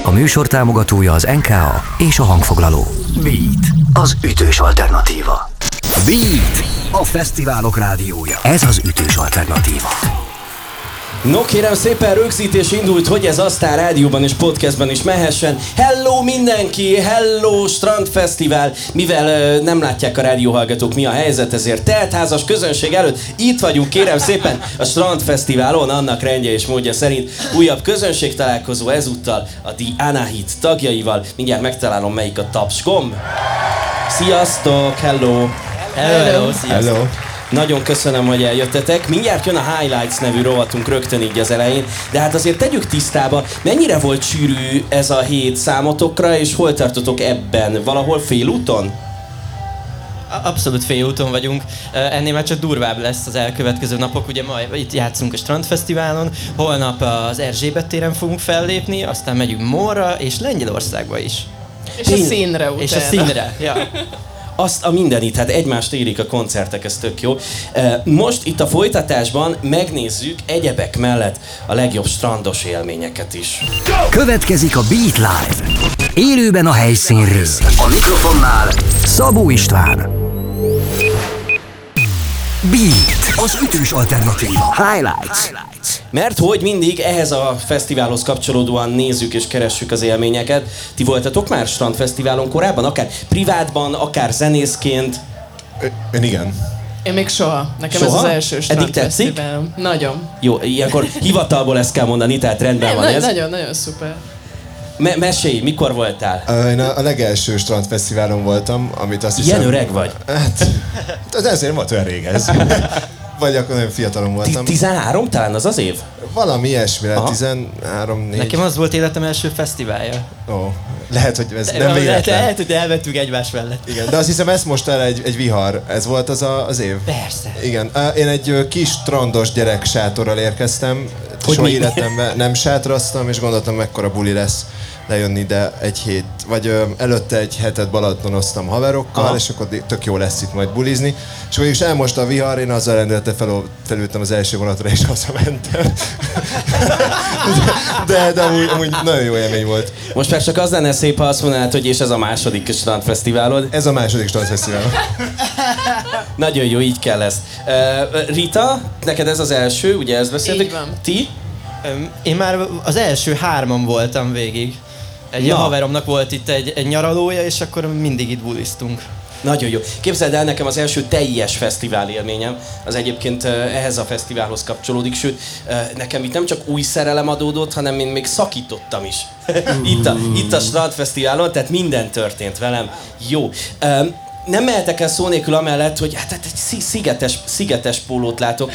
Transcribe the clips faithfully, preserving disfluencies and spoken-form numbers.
A műsor támogatója az en ká á és a hangfoglaló. Beat, az ütős alternatíva. Beat, a fesztiválok rádiója. Ez az ütős alternatíva. No kérem szépen, rögzítés indult, hogy ez aztán rádióban és podcastban is mehessen. Hello mindenki, hello Strandfesztivál! Mivel uh, nem látják a rádióhallgatók mi a helyzet, ezért teltházas közönség előtt itt vagyunk, kérem szépen, a Strandfesztiválon, annak rendje és módja szerint újabb közönségtalálkozó ezúttal a The Anahit tagjaival. Mindjárt megtalálom, melyik a tapsgomb. Sziasztok, hello! Hello, hello, sziasztok! Hello. Nagyon köszönöm, hogy eljöttetek. Mindjárt jön a Highlights nevű rovatunk rögtön így az elején, de hát azért tegyük tisztába, mennyire volt sűrű ez a hét számotokra, és hol tartotok ebben? Valahol félúton? Abszolút félúton vagyunk. Ennél már csak durvább lesz az elkövetkező napok. Ugye ma itt játszunk a Strandfesztiválon, holnap az Erzsébet téren fogunk fellépni, aztán megyünk Mórra és Lengyelországba is. És a színre utána. És a színre, ja. Azt a mindenit, hát egymást érik a koncertek, ez tök jó. Most itt a folytatásban megnézzük egyebek mellett a legjobb strandos élményeket is. Következik a Beat Live. Élőben a helyszínről. A mikrofonnál Szabó István. Beat, az ütős alternatíva. Highlights. Mert hogy mindig ehhez a fesztiválhoz kapcsolódóan nézzük és keressük az élményeket. Ti voltatok már Strandfesztiválon korábban? Akár privátban, akár zenészként? Én igen. Én még soha. Nekem soha? ez az első Strandfesztiválom. Nagyon. Jó, ilyenkor hivatalból ezt kell mondani, tehát rendben Nem, van ez. Nagyon, nagyon szuper. Me- mesélj, mikor voltál? Én a, a legelső Strandfesztiválon voltam, amit azt Ilyen hiszem... öreg vagy? Hát, az ezért volt olyan rég ez. Vagy akkor nagyon fiatalon voltam. tizenhárom talán az az év? Valami ilyesmire, tizenhárom négy. Nekem az volt életem első fesztiválja. Ó, lehet, hogy ez De, nem lehet, véletlen. lehet, hogy elvettük egymás mellett. Igen, de azt hiszem ezt most el egy, egy vihar. Ez volt az a, az év? Persze. Igen. Én egy kis strandos gyerek sátorral érkeztem. Hogy Soha mi? életemben nem sátraztam, és gondoltam, mekkora buli lesz lejönni, de egy hét, vagy ö, előtte egy hetet Balatonoztam haverokkal, aha, és akkor tök jó lesz itt majd bulizni. És akkor is elmosta a vihar, én azzal rendelte fel, felültem az első vonatra, és hazamentem. de, de, de amúgy, amúgy nagyon jó élmény volt. Most már csak az lenne szép, ha azt mondanád, hogy és ez a második Strandfesztiválod. Ez a második Strandfesztivál. Nagyon jó, így kell ezt. Uh, Rita, neked ez az első, ugye ezt beszéltük? Így van. Ti? Én már az első hárman voltam végig. Egy Na. haveromnak volt itt egy, egy nyaralója, és akkor mindig itt buliztunk. Nagyon jó. Képzeld el, nekem az első teljes fesztivál élményem, az egyébként ehhez a fesztiválhoz kapcsolódik, sőt, nekem itt nem csak új szerelem adódott, hanem én még szakítottam is. itt, a, itt a Strandfesztiválon, tehát minden történt velem. Jó. Nem mehetek el szó nélkül amellett, hogy hát egy szigetes, szigetes pólót látok.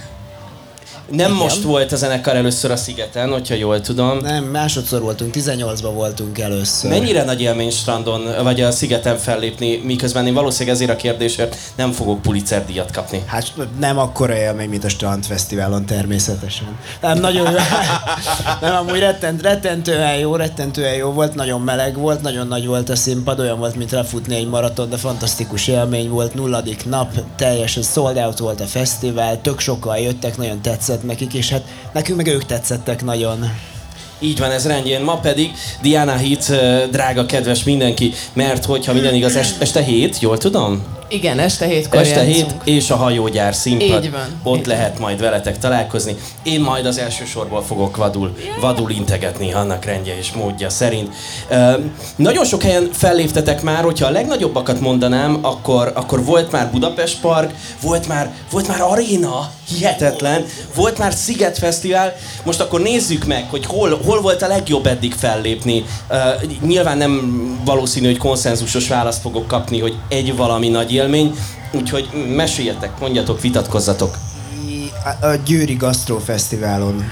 Nem igen. Most volt a zenekar először a Szigeten, hogyha jól tudom. Nem, másodszor voltunk, tizennyolcban voltunk először. Mennyire nagy élmény strandon, vagy a Szigeten fellépni, miközben én valószínűleg ezért a kérdésért nem fogok Pulitzer díjat kapni? Hát nem akkora élmény, mint a Strandfesztiválon természetesen. Nem, nagyon jó. Nem, amúgy rettent, rettentően jó, rettentően jó volt, nagyon meleg volt, nagyon nagy volt a színpad, olyan volt, mint lefutni egy maraton, de fantasztikus élmény volt, nulladik nap, teljesen sold out volt a fesztivál, tök sokan jöttek, nagyon tetszett nekik, és hát nekünk meg ők tetszettek nagyon. Így van, ez rendjén. Ma pedig The Anahit, drága, kedves mindenki, mert hogyha minden igaz, este hét, jól tudom? Igen, este hétkor Este játszunk. hét és a hajógyár színpad. Így van. Ott Így lehet van. majd veletek találkozni. Én majd az első sorból fogok vadul, vadul integetni annak rendje és módja szerint. Uh, nagyon sok helyen felléptetek már, hogyha a legnagyobbakat mondanám, akkor, akkor volt már Budapest Park, volt már, volt már Aréna, hihetetlen, volt már Szigetfesztivál. Most akkor nézzük meg, hogy hol, hol volt a legjobb eddig fellépni. Uh, nyilván nem valószínű, hogy konszenzusos választ fogok kapni, hogy egy valami nagy élmény, úgyhogy meséljetek, mondjatok, vitatkozzatok. A, a Győri Gasztrofesztiválon.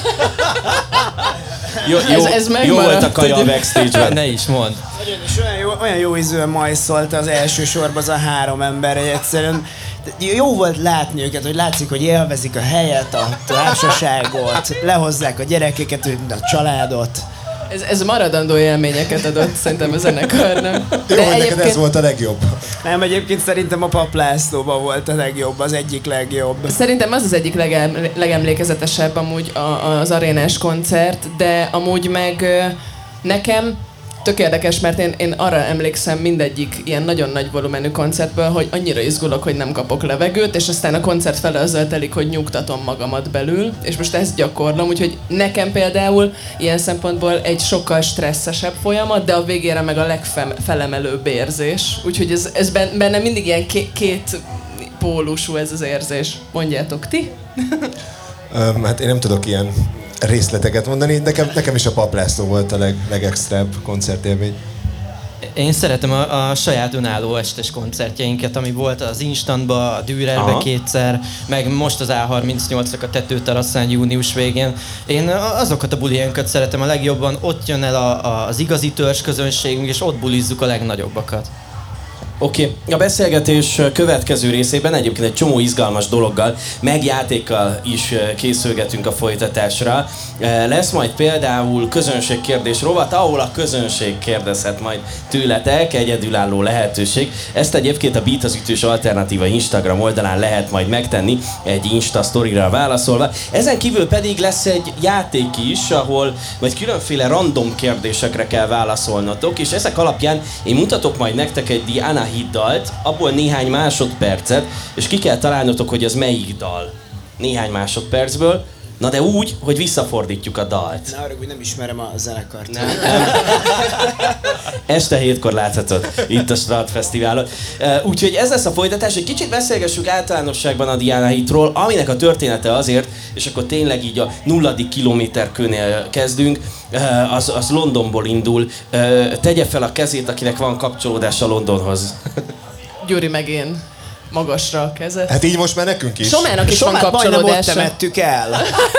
Jó, jó, Ez- ez jó megmaradt, volt a kaja a ugye? backstage-ben. Ne is mondd. Nagyon, és olyan jó, olyan jó ízűen majszolta az első sorban az a három ember, hogy egyszerűen jó volt látni őket, hogy látszik, hogy élvezik a helyet, a társaságot, lehozzák a gyerekeket, a családot. Ez, ez maradandó élményeket adott szerintem a zenekarnak. Jó, hogy neked ez volt a legjobb. Nem, egyébként szerintem a Pap Lászlóban volt a legjobb, az egyik legjobb. Szerintem az az egyik legem, legemlékezetesebb amúgy a, az arénás koncert, de amúgy meg Nekem tök érdekes, mert én, én arra emlékszem mindegyik ilyen nagyon nagy volumenű koncertből, hogy annyira izgulok, hogy nem kapok levegőt, és aztán a koncert fele azzal telik, hogy nyugtatom magamat belül, és most ezt gyakorlom, úgyhogy nekem például ilyen szempontból egy sokkal stresszesebb folyamat, de a végére meg a legfelemelőbb érzés. Úgyhogy ez, ez benne mindig ilyen ké- két pólusú ez az érzés. Mondjátok ti? um, hát én nem tudok ilyen részleteket mondani. Nekem, nekem is a Pap László volt a leg, legextrább koncertélmény. Én szeretem a, a saját önálló estes koncertjeinket, ami volt az Instantba, a Dürerbe kétszer, meg most az á harmincnyolcnak a Tetőteraszán június végén. Én azokat a buliénkat szeretem a legjobban, ott jön el a, a, az igazi törzs közönségünk, és ott bulizzuk a legnagyobbakat. Oké, okay. A beszélgetés következő részében egyébként egy csomó izgalmas dologgal, meg játékkal is készülgetünk a folytatásra. Lesz majd például közönségkérdés rovat, ahol a közönség kérdezhet majd tőletek, egyedülálló lehetőség. Ezt egyébként a Beat az ütős alternatíva Instagram oldalán lehet majd megtenni, egy Insta sztorira válaszolva. Ezen kívül pedig lesz egy játék is, ahol majd különféle random kérdésekre kell válaszolnotok, és ezek alapján én mutatok majd nektek egy Diana dalt, abból néhány másodpercet, és ki kell találnotok, hogy az melyik dal. Néhány másodpercből. Na de úgy, hogy visszafordítjuk a dalt. Ne arra, hogy nem ismerem a zenekart. Nem, nem. Este hétkor láthatod itt a Strandfesztiválon. Úgyhogy ez lesz a folytatás, egy kicsit beszélgessünk általánosságban a Diana Hitról, aminek a története azért, és akkor tényleg így a nulladik kilométerkőnél kezdünk, az, az Londonból indul. Tegye fel a kezét, akinek van kapcsolódása Londonhoz. Gyuri meg én. Magasra a kezet. Hát így most már nekünk is. Somának is Somát van kapcsolódása. majdnem ott temettük el.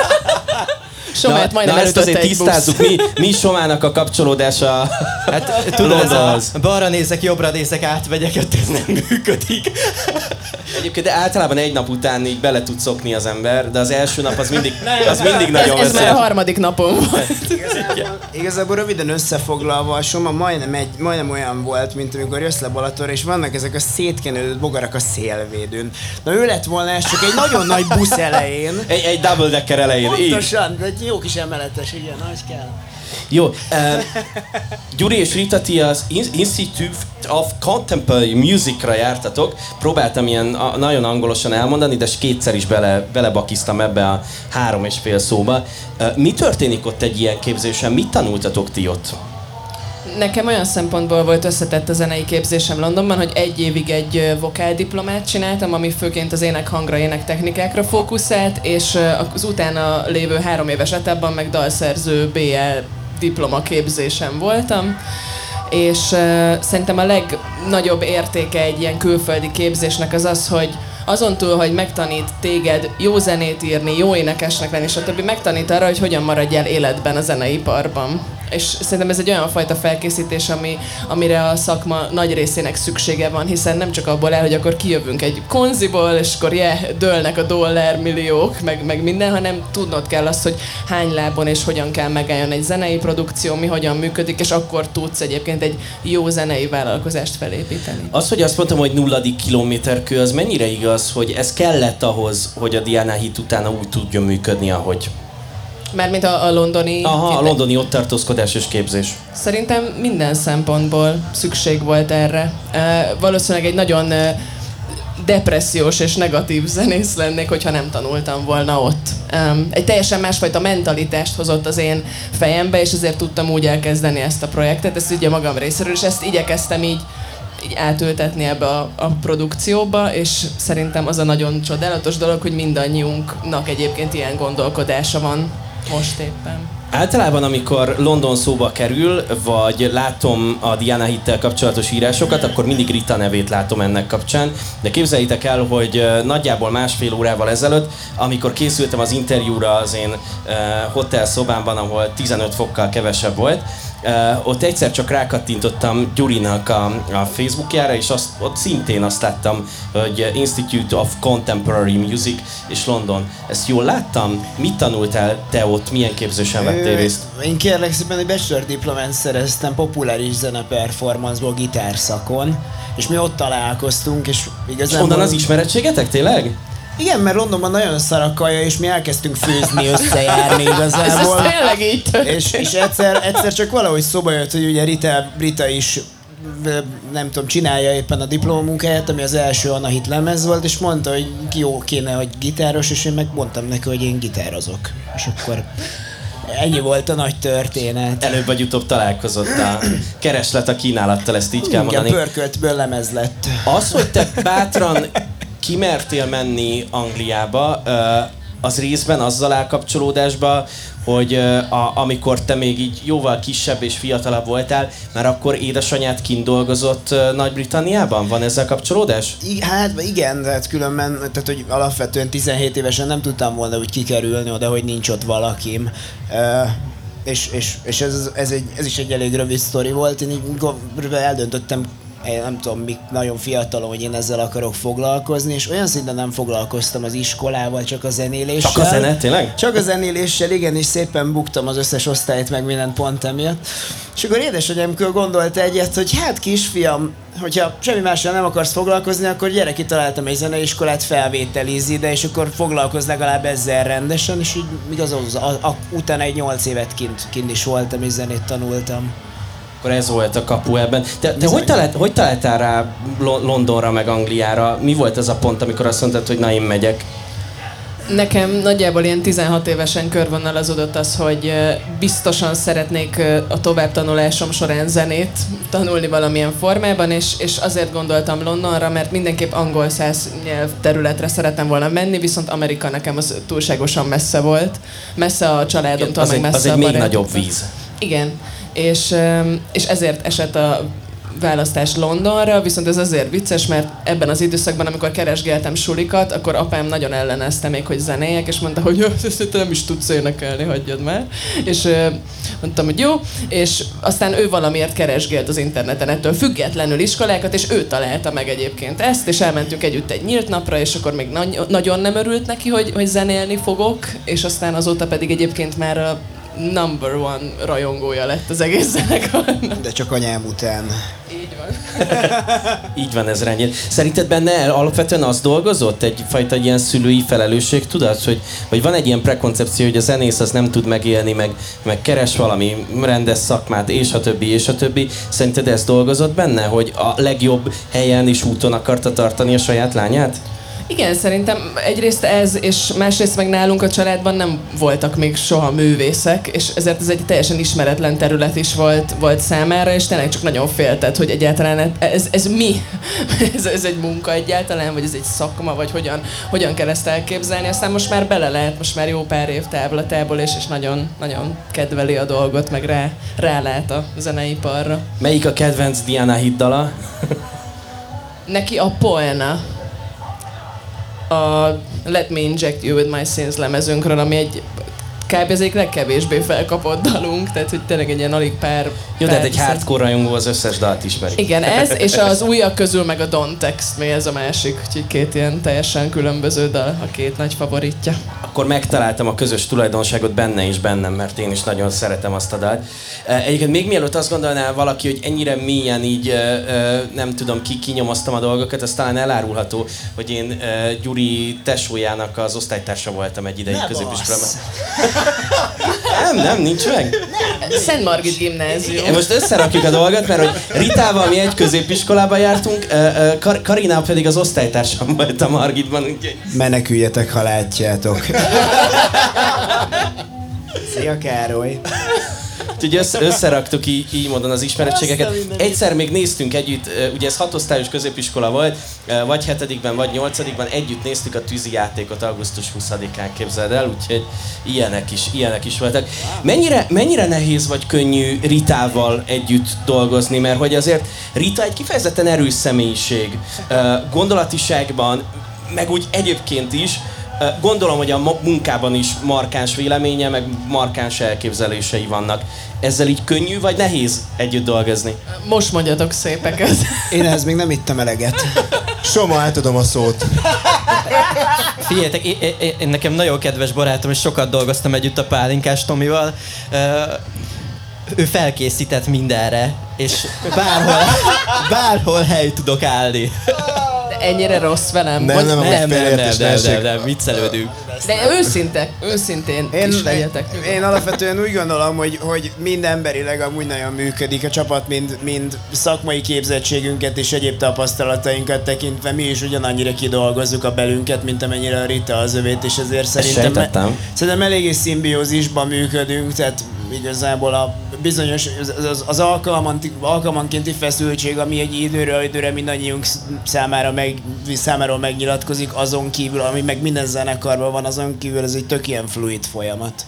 Somát majdnem na, ezt azért egy tisztázzuk, mi, mi Somának a kapcsolódása Hát tudod, ez a Londonhoz. balra nézek, jobbra nézek, átvegyek, ott ez nem működik. Egyébként de általában egy nap után így bele tud szokni az ember, de az első nap az mindig, az mindig Ez, nagyon ez már a veszel. harmadik napom volt. Igazából, igazából röviden összefoglalva, a Soma majdnem, egy, majdnem olyan volt, mint amikor jössz le Balatonra, és vannak ezek a szétkenődött bogarak a szélvédőn. Na ő lett volna ez csak egy nagyon nagy busz elején. Egy, egy double decker elején, így. Pontosan, de egy jó kis emeletes, igen, nagy kell. Jó, uh, Gyuri és Rita, ti az Institute of Contemporary Music-ra jártatok. Próbáltam ilyen a, nagyon angolosan elmondani, de kétszer is bele, belebakiztam ebbe a három és fél szóba. Uh, mi történik ott egy ilyen képzésen? Mit tanultatok ti ott? Nekem olyan szempontból volt összetett a zenei képzésem Londonban, hogy egy évig egy vokáldiplomát csináltam, ami főként az ének-hangra, énektechnikákra fókuszált, és az utána lévő három éves etapban meg dalszerző bé el diplomaképzésem voltam. És uh, szerintem a legnagyobb értéke egy ilyen külföldi képzésnek az az, hogy azon túl, hogy megtanít téged jó zenét írni, jó énekesnek lenni, stb. Megtanít arra, hogy hogyan maradjál életben a zeneiparban. És szerintem ez egy olyan fajta felkészítés, ami, amire a szakma nagy részének szüksége van, hiszen nem csak abból áll, hogy akkor kijövünk egy konziból, és akkor yeah, dőlnek a dollármilliók, meg, meg minden, hanem tudnod kell azt, hogy hány lábon és hogyan kell megálljon egy zenei produkció, mi hogyan működik, és akkor tudsz egyébként egy jó zenei vállalkozást felépíteni. Az, hogy azt mondtam, hogy nulladik kilométerkő, az mennyire igaz, hogy ez kellett ahhoz, hogy a Diana Hit utána úgy tudjon működni, ahogy... Mármint a, a londoni... Aha, a londoni ott tartózkodás és képzés. Szerintem minden szempontból szükség volt erre. Uh, valószínűleg egy nagyon uh, depressziós és negatív zenész lennék, hogyha nem tanultam volna ott. Um, egy teljesen másfajta mentalitást hozott az én fejembe, és ezért tudtam úgy elkezdeni ezt a projektet, ezt ugye magam részéről, és ezt igyekeztem így így átültetni ebbe a, a produkcióba, és szerintem az a nagyon csodálatos dolog, hogy mindannyiunknak egyébként ilyen gondolkodása van most éppen. Általában, amikor London szóba kerül, vagy látom a Diana Hittel kapcsolatos írásokat, akkor mindig Rita nevét látom ennek kapcsán. De képzeljétek el, hogy nagyjából másfél órával ezelőtt, amikor készültem az interjúra az én uh, hotel szobámban, ahol tizenöt fokkal kevesebb volt, Uh, ott egyszer csak rákattintottam Gyurinak a, a Facebookjára, és azt, ott szintén azt láttam, hogy Institute of Contemporary Music és London. Ezt jól láttam? Mit tanultál te ott? Milyen képzésen vettél részt? Én kérlek szépen egy bachelor diplomát szereztem populáris zene performanceból gitárszakon, és mi ott találkoztunk, és igazából... És onnan az ismerettségetek tényleg? Igen, mert Londonban nagyon szar a kaja, és mi elkezdtünk főzni, összejárni igazából. Ez tényleg így történt. És, és egyszer, egyszer csak valahogy szóba jött, hogy ugye Rita, Rita is nem tudom, csinálja éppen a diplomamunkáját, ami az első Anahit lemez volt, és mondta, hogy jó kéne, hogy gitáros, és én meg mondtam neki, hogy én gitározok. És akkor ennyi volt a nagy történet. Előbb vagy utóbb találkozott a kereslet a kínálattal, ezt így kell mondani. Igen, pörköltből lemez lett. Az, hogy te bátran kimertél menni Angliába, az részben azzal áll kapcsolódásba, hogy a, amikor te még így jóval kisebb és fiatalabb voltál, már akkor édesanyád kint dolgozott Nagy-Britanniában? Van ezzel kapcsolódás? I- hát igen, tehát különben, tehát hogy alapvetően tizenhét évesen nem tudtam volna úgy kikerülni oda, hogy nincs ott valakim. Uh, és és, és ez, ez, egy, ez is egy elég rövid sztori volt. Én így eldöntöttem, nem tudom, még nagyon fiatalon, hogy én ezzel akarok foglalkozni, és olyan szinten nem foglalkoztam az iskolával, csak a zenéléssel. Csak a zene, tényleg? Csak a zenéléssel, igen, és szépen buktam az összes osztályt, meg minden pont emiatt. És akkor édesanyámkör gondolta egyet, hogy hát kisfiam, hogyha semmi mással nem akarsz foglalkozni, akkor gyere, kitaláltam egy zeneiskolát, felvételizni ide, és akkor foglalkozz legalább ezzel rendesen, és így igaz, az, a, a, utána egy nyolc évet kint, kint is voltam, és zenét tanultam. Akkor ez volt a kapu ebben. Te, te hogy, talált, hogy találtál rá Londonra meg Angliára? Mi volt ez a pont, amikor azt mondtad, hogy na, én megyek? Nekem nagyjából ilyen tizenhat évesen körvonalazódott az, hogy biztosan szeretnék a továbbtanulásom során zenét tanulni valamilyen formában, és, és azért gondoltam Londonra, mert mindenképp angol száz nyelv területre szerettem volna menni, viszont Amerika nekem az túlságosan messze volt. Messze a családomtól, meg messze az egy a még barátoktól. nagyobb víz. Igen, és, és ezért esett a választás Londonra, viszont ez azért vicces, mert ebben az időszakban, amikor keresgéltem sulikat, akkor apám nagyon ellenezte még, hogy zenéjek, és mondta, hogy te nem is tudsz énekelni, hagyjad már. És mondtam, hogy jó, és aztán ő valamiért keresgélt az interneten ettől függetlenül iskolákat, és ő találta meg egyébként ezt, és elmentünk együtt egy nyílt napra, és akkor még na- nagyon nem örült neki, hogy, hogy zenélni fogok, és aztán azóta pedig egyébként már a number one rajongója lett az egész zenekarnak. De csak anyám után. Így van. Így van, ez rendjén. Szerinted benne alapvetően az dolgozott? Egyfajta ilyen szülői felelősség, tudod? Hogy, hogy van egy ilyen prekoncepció, hogy a zenész az nem tud megélni, meg, meg keres valami rendes szakmát, és a többi, és a többi. Szerinted ez dolgozott benne, hogy a legjobb helyen és úton akarta tartani a saját lányát? Igen, szerintem egyrészt ez, és másrészt meg nálunk a családban nem voltak még soha művészek, és ezért ez egy teljesen ismeretlen terület is volt, volt számára, és tényleg csak nagyon féltett, hogy egyáltalán ez, ez mi? ez, ez egy munka egyáltalán, vagy ez egy szakma, vagy hogyan, hogyan kell ezt elképzelni. Aztán most már bele lehet, most már jó pár év távlatából, és, és nagyon, nagyon kedveli a dolgot, meg rá, rálát a zeneiparra. Melyik a kedvenc Diana hit dala? Neki a Poena. A Let Me Inject You With My Sins lemezünkről, ami egy kb. Az egyik legkevésbé felkapott dalunk, tehát hogy tényleg egy ilyen alig pár... Jó, pár de egy hardcore rajongó az összes dalt ismeri. Igen, ez, és az újak közül meg a Don't Text Me, ez a másik, úgyhogy két ilyen teljesen különböző dal, a két nagy favoritja. Akkor megtaláltam a közös tulajdonságot benne is bennem, mert én is nagyon szeretem azt a dalt. Egyébként még mielőtt azt gondolná valaki, hogy ennyire mélyen így nem tudom ki, kinyomoztam a dolgokat, az talán elárulható, hogy én Gyuri tesójának az osztálytársa voltam egy ideig középiskolában. Nem, nem, nincs meg. Szent Margit gimnázium. Most összerakjuk a dolgot, mert hogy Ritával mi egy középiskolába jártunk, Kar- Karina pedig az osztálytársam volt a Margitban. Úgyhogy... Meneküljetek, ha látjátok. Szia, Károly! Úgyhogy össze, összeraktuk így, így módon az ismerettségeket. Egyszer még néztünk együtt, ugye ez hatosztályos középiskola volt, vagy hetedikben, vagy nyolcadikban együtt néztük a tűzi játékot augusztus huszadikán, képzeld el, úgyhogy ilyenek is, ilyenek is voltak. Mennyire, mennyire nehéz vagy könnyű Ritával együtt dolgozni, mert hogy azért Rita egy kifejezetten erős személyiség, gondolatiságban, meg úgy egyébként is. Gondolom, hogy a munkában is markáns véleménye, meg markáns elképzelései vannak. Ezzel így könnyű vagy nehéz együtt dolgozni? Most mondjatok szépeket. Én ehhez még nem ittem eleget. Soma, átadom a szót. Figyeljetek, én, én, én nekem nagyon kedves barátom, és sokat dolgoztam együtt a Pálinkás Tomival. Uh, ő felkészített mindenre, és bárhol, bárhol hely tudok állni. ennyire rossz velem. Nem, nem, Nem, nem, nem, nem, nem, nem, nem, viccelődünk. De őszinte, őszintén Én, is legyetek. én alapvetően úgy gondolom, hogy, hogy mind emberileg amúgy nagyon működik a csapat, mind, mind szakmai képzettségünket és egyéb tapasztalatainkat tekintve mi is ugyanannyira kidolgozzuk a belünket, mint amennyire a Rita az övét, és ezért szerintem, sejtettem. szerintem eléggé szimbiózisban működünk, tehát igazából a bizonyos, az, az, az alkalmanti, alkalmankénti feszültség, ami egy időről időre mindannyiunk számára, meg, számára megnyilatkozik, azon kívül, ami meg minden zenekarban van, azon kívül ez egy tök ilyen fluid folyamat.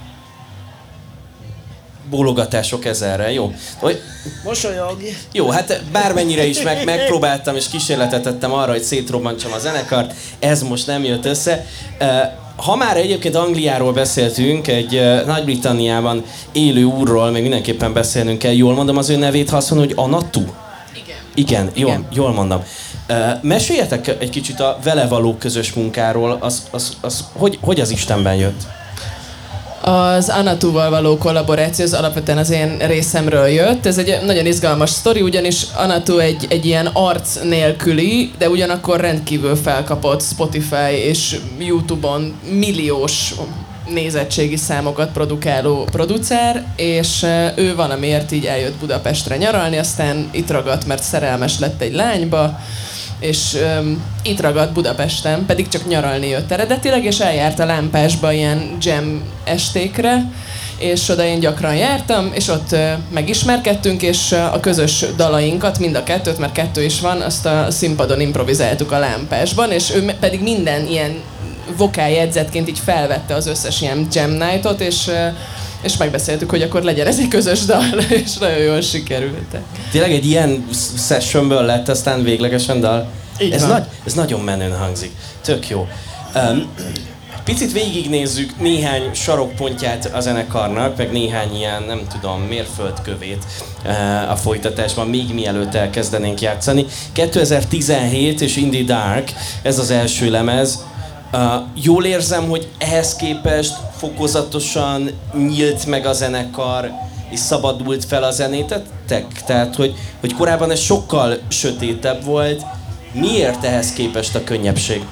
Bólogatások ezerre, jó. Hogy, Mosolyog! jó, hát bármennyire is meg, megpróbáltam és kísérletet tettem arra, hogy szétrobbantsam a zenekart, ez most nem jött össze. Ha már egyébként Angliáról beszéltünk, egy Nagy-Britanniában élő úrról még mindenképpen beszélnünk kell. Jól mondom az ő nevét, ha azt mondom, hogy Anatu? Igen. Igen, jól, Igen. jól mondom. Meséljetek egy kicsit a vele való közös munkáról, az, az, az, hogy, hogy az Istenben jött? Az Anatuval való kollaboráció az alapvetően az én részemről jött. Ez egy nagyon izgalmas sztori, ugyanis Anatu egy, egy ilyen arc nélküli, de ugyanakkor rendkívül felkapott Spotify és YouTube-on milliós nézettségi számokat produkáló producer, és ő valamiért így eljött Budapestre nyaralni, aztán itt ragadt, mert szerelmes lett egy lányba, és um, itt ragadt Budapesten, pedig csak nyaralni jött eredetileg, és eljárt a Lámpásba ilyen jam estékre, és oda én gyakran jártam, és ott uh, megismerkedtünk, és uh, a közös dalainkat, mind a kettőt, mert kettő is van, azt a színpadon improvizáltuk a Lámpásban, és ő pedig minden ilyen vokáljegyzetként így felvette az összes ilyen jam nightot, és uh, és megbeszéltük, hogy akkor legyen ez egy közös dal, és nagyon jól sikerült. Tényleg egy ilyen sessionből lett aztán véglegesen dal? Így ez, van. nagy, ez nagyon menőn hangzik. Tök jó. Um, picit végignézzük néhány sarokpontját a zenekarnak, meg néhány ilyen, nem tudom, mérföldkövét uh, a folytatásban, még mielőtt elkezdenénk játszani. kétezer-tizenhét és In the Dark, ez az első lemez. Uh, jól érzem, hogy ehhez képest fokozatosan nyílt meg a zenekar, és szabadult fel a zenétetek? Tehát, hogy, hogy korábban ez sokkal sötétebb volt. Miért ehhez képest a könnyebbség?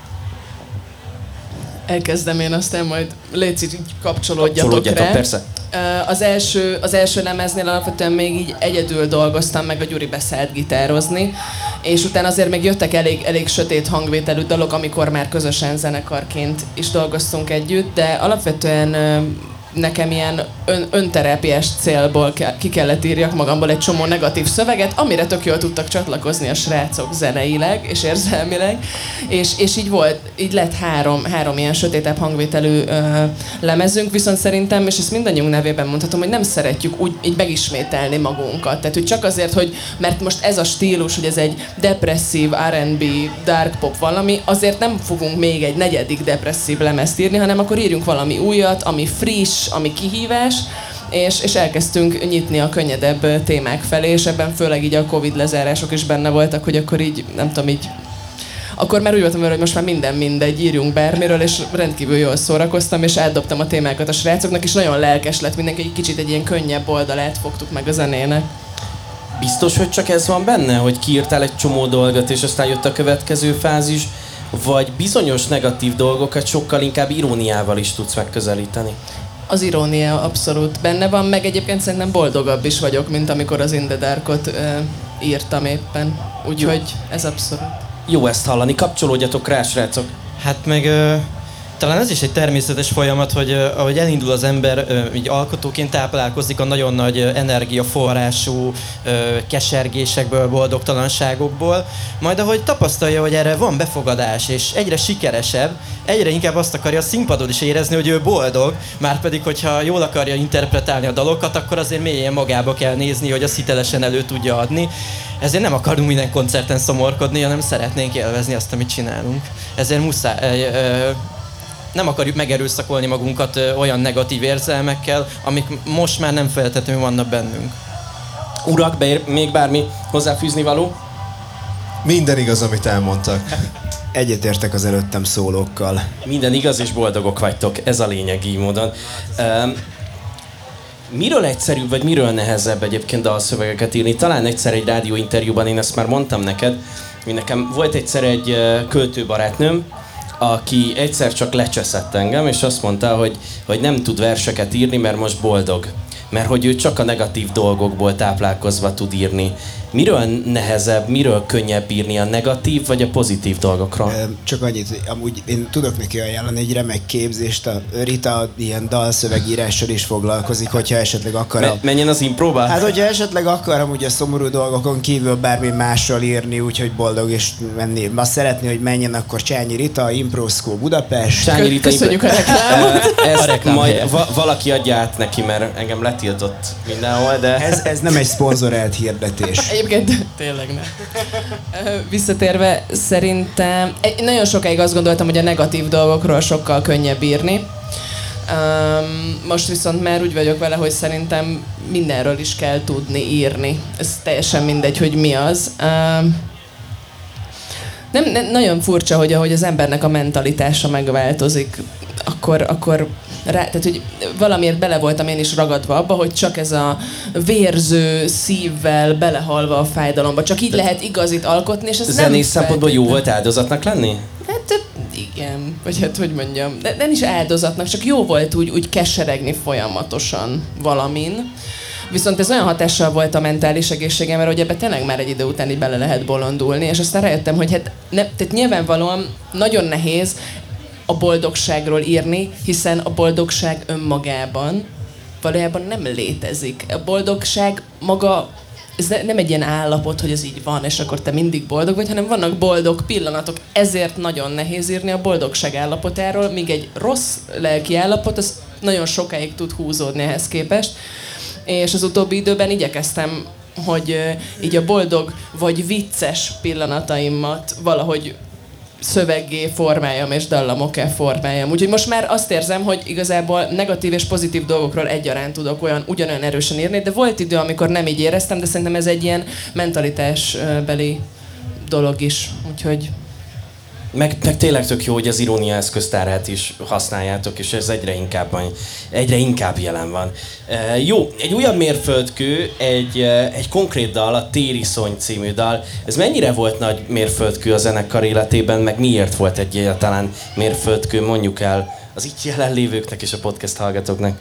Elkezdem én, aztán majd légy így kapcsolódjatok, Kapcsolódjatok, rá. persze. Az első, az első lemeznél alapvetően még így egyedül dolgoztam, meg a Gyuri beszállt gitározni, és utána azért még jöttek elég, elég sötét hangvételű dalok, amikor már közösen zenekarként is dolgoztunk együtt, de alapvetően nekem ilyen ön, önterápiás célból ke- ki kellett írjak magamból egy csomó negatív szöveget, amire tök jól tudtak csatlakozni a srácok zeneileg és érzelmileg, és, és így volt, így lett három, három ilyen sötétebb hangvételű ö, lemezünk, viszont szerintem, és ezt mindannyiunk nevében mondhatom, hogy nem szeretjük úgy így megismételni magunkat. Tehát, hogy csak azért, hogy mert most ez a stílus, hogy ez egy depresszív er and bé, dark pop valami, azért nem fogunk még egy negyedik depresszív lemezt írni, hanem akkor írjunk valami újat, ami friss, ami kihívás, és, és elkezdtünk nyitni a könnyedebb témák felé, és ebben főleg így a Covid lezárások is benne voltak, hogy akkor így, nem tudom, így akkor már úgy voltam vele, hogy most már minden mindegy, írjunk bármiről, és rendkívül jól szórakoztam, és átdobtam a témákat a srácoknak, és nagyon lelkes lett mindenki, egy kicsit egy ilyen könnyebb oldalát fogtuk meg a zenének. Biztos, hogy csak ez van benne, hogy kiírtál egy csomó dolgot, és aztán jött a következő fázis, vagy bizonyos negatív dolgokat sokkal inkább iróniával is tudsz megközelíteni? Az irónia abszolút benne van, meg egyébként szerintem boldogabb is vagyok, mint amikor az In the Darkot uh, írtam éppen. Úgyhogy ez abszolút. Jó ezt hallani, kapcsolódjatok rá, srácok. Hát meg ö, talán ez is egy természetes folyamat, hogy ö, ahogy elindul az ember, ö, így alkotóként táplálkozik a nagyon nagy ö, energiaforrású ö, kesergésekből, boldogtalanságokból, majd ahogy tapasztalja, hogy erre van befogadás, és egyre sikeresebb, egyre inkább azt akarja a színpadon is érezni, hogy ő boldog, márpedig, hogyha jól akarja interpretálni a dalokat, akkor azért mélyen magába kell nézni, hogy azt hitelesen elő tudja adni. Ezért nem akarunk minden koncerten szomorkodni, hanem szeretnénk élvezni azt, amit csinálunk. Ezért muszáj, ö, ö, nem akarjuk megerőszakolni magunkat ö, olyan negatív érzelmekkel, amik most már nem feltétlenül vannak bennünk. Urak, beér még bármi hozzáfűzni való? Minden igaz, amit elmondtak. Egyetértek az előttem szólókkal. Minden igaz és boldogok vagytok, ez a lényeg így módon. Um, Miről egyszerűbb, vagy miről nehezebb egyébként dalszövegeket írni? Talán egyszer egy rádióinterjúban én ezt már mondtam neked, hogy nekem volt egyszer egy költőbarátnőm, aki egyszer csak lecseszett engem, és azt mondta, hogy, hogy nem tud verseket írni, mert most boldog. Mert hogy ő csak a negatív dolgokból táplálkozva tud írni. Miről nehezebb, miről könnyebb írni, a negatív vagy a pozitív dolgokról? Csak annyit, hogy amúgy én tudok neki ajánlani egy remek képzést, a Rita ilyen dalszövegírással is foglalkozik, hogyha esetleg akar. Me- menjen az impróba? Hát, hogyha esetleg akar amúgy a szomorú dolgokon kívül bármi mással írni, úgyhogy boldog és menni. Azt szeretné, hogy menjen, akkor Csányi Rita, Impro School Budapest. Csányi Rita, köszönjük a reklámot. Ezt A reklám majd helye. va- valaki adja át neki, mert engem letiltott mindenhol, de... Ez, ez nem egy szponzorált hirdetés. Egyébként tényleg nem. Ö, Visszatérve, szerintem egy- nagyon sokáig azt gondoltam, hogy a negatív dolgokról sokkal könnyebb írni. Um, most viszont már úgy vagyok vele, hogy szerintem mindenről is kell tudni írni. Ez teljesen mindegy, hogy mi az. Um, nem, nem, nagyon furcsa, hogy ahogy az embernek a mentalitása megváltozik, akkor, akkor rá, tehát, hogy valamiért bele voltam én is ragadva abba, hogy csak ez a vérző szívvel belehalva a fájdalomba. Csak így lehet igazit alkotni, és ez nem Zenész szempontból jó feltétlen- volt áldozatnak lenni? Hát igen, vagy hát hogy mondjam, de nem is áldozatnak, csak jó volt úgy, úgy keseregni folyamatosan valamin. Viszont ez olyan hatással volt a mentális egészségemre, hogy ebbe tényleg már egy idő után így bele lehet bolondulni, és aztán rájöttem, hogy hát ne, tehát nyilvánvalóan nagyon nehéz a boldogságról írni, hiszen a boldogság önmagában valójában nem létezik. A boldogság maga, ez ne- nem egy ilyen állapot, hogy ez így van, és akkor te mindig boldog vagy, hanem vannak boldog pillanatok. Ezért nagyon nehéz írni a boldogság állapotáról, míg egy rossz lelki állapot, az nagyon sokáig tud húzódni ehhez képest. És az utóbbi időben igyekeztem, hogy ö, így a boldog vagy vicces pillanataimat valahogy szöveggé formáljam és dallamokká formáljam. Úgyhogy most már azt érzem, hogy igazából negatív és pozitív dolgokról egyaránt tudok olyan, ugyanolyan erősen írni, de volt idő, amikor nem így éreztem, de szerintem ez egy ilyen mentalitásbeli dolog is. Úgyhogy Meg, meg tényleg tök jó, hogy az irónia eszköztárát is használjátok, és ez egyre inkább, van- egyre inkább jelen van. E, jó, egy újabb mérföldkő, egy, e, egy konkrét dal, a Tériszony című dal. Ez mennyire volt nagy mérföldkő a zenekar életében, meg miért volt egy egyáltalán mérföldkő, mondjuk el az itt jelenlévőknek és a podcast hallgatóknak?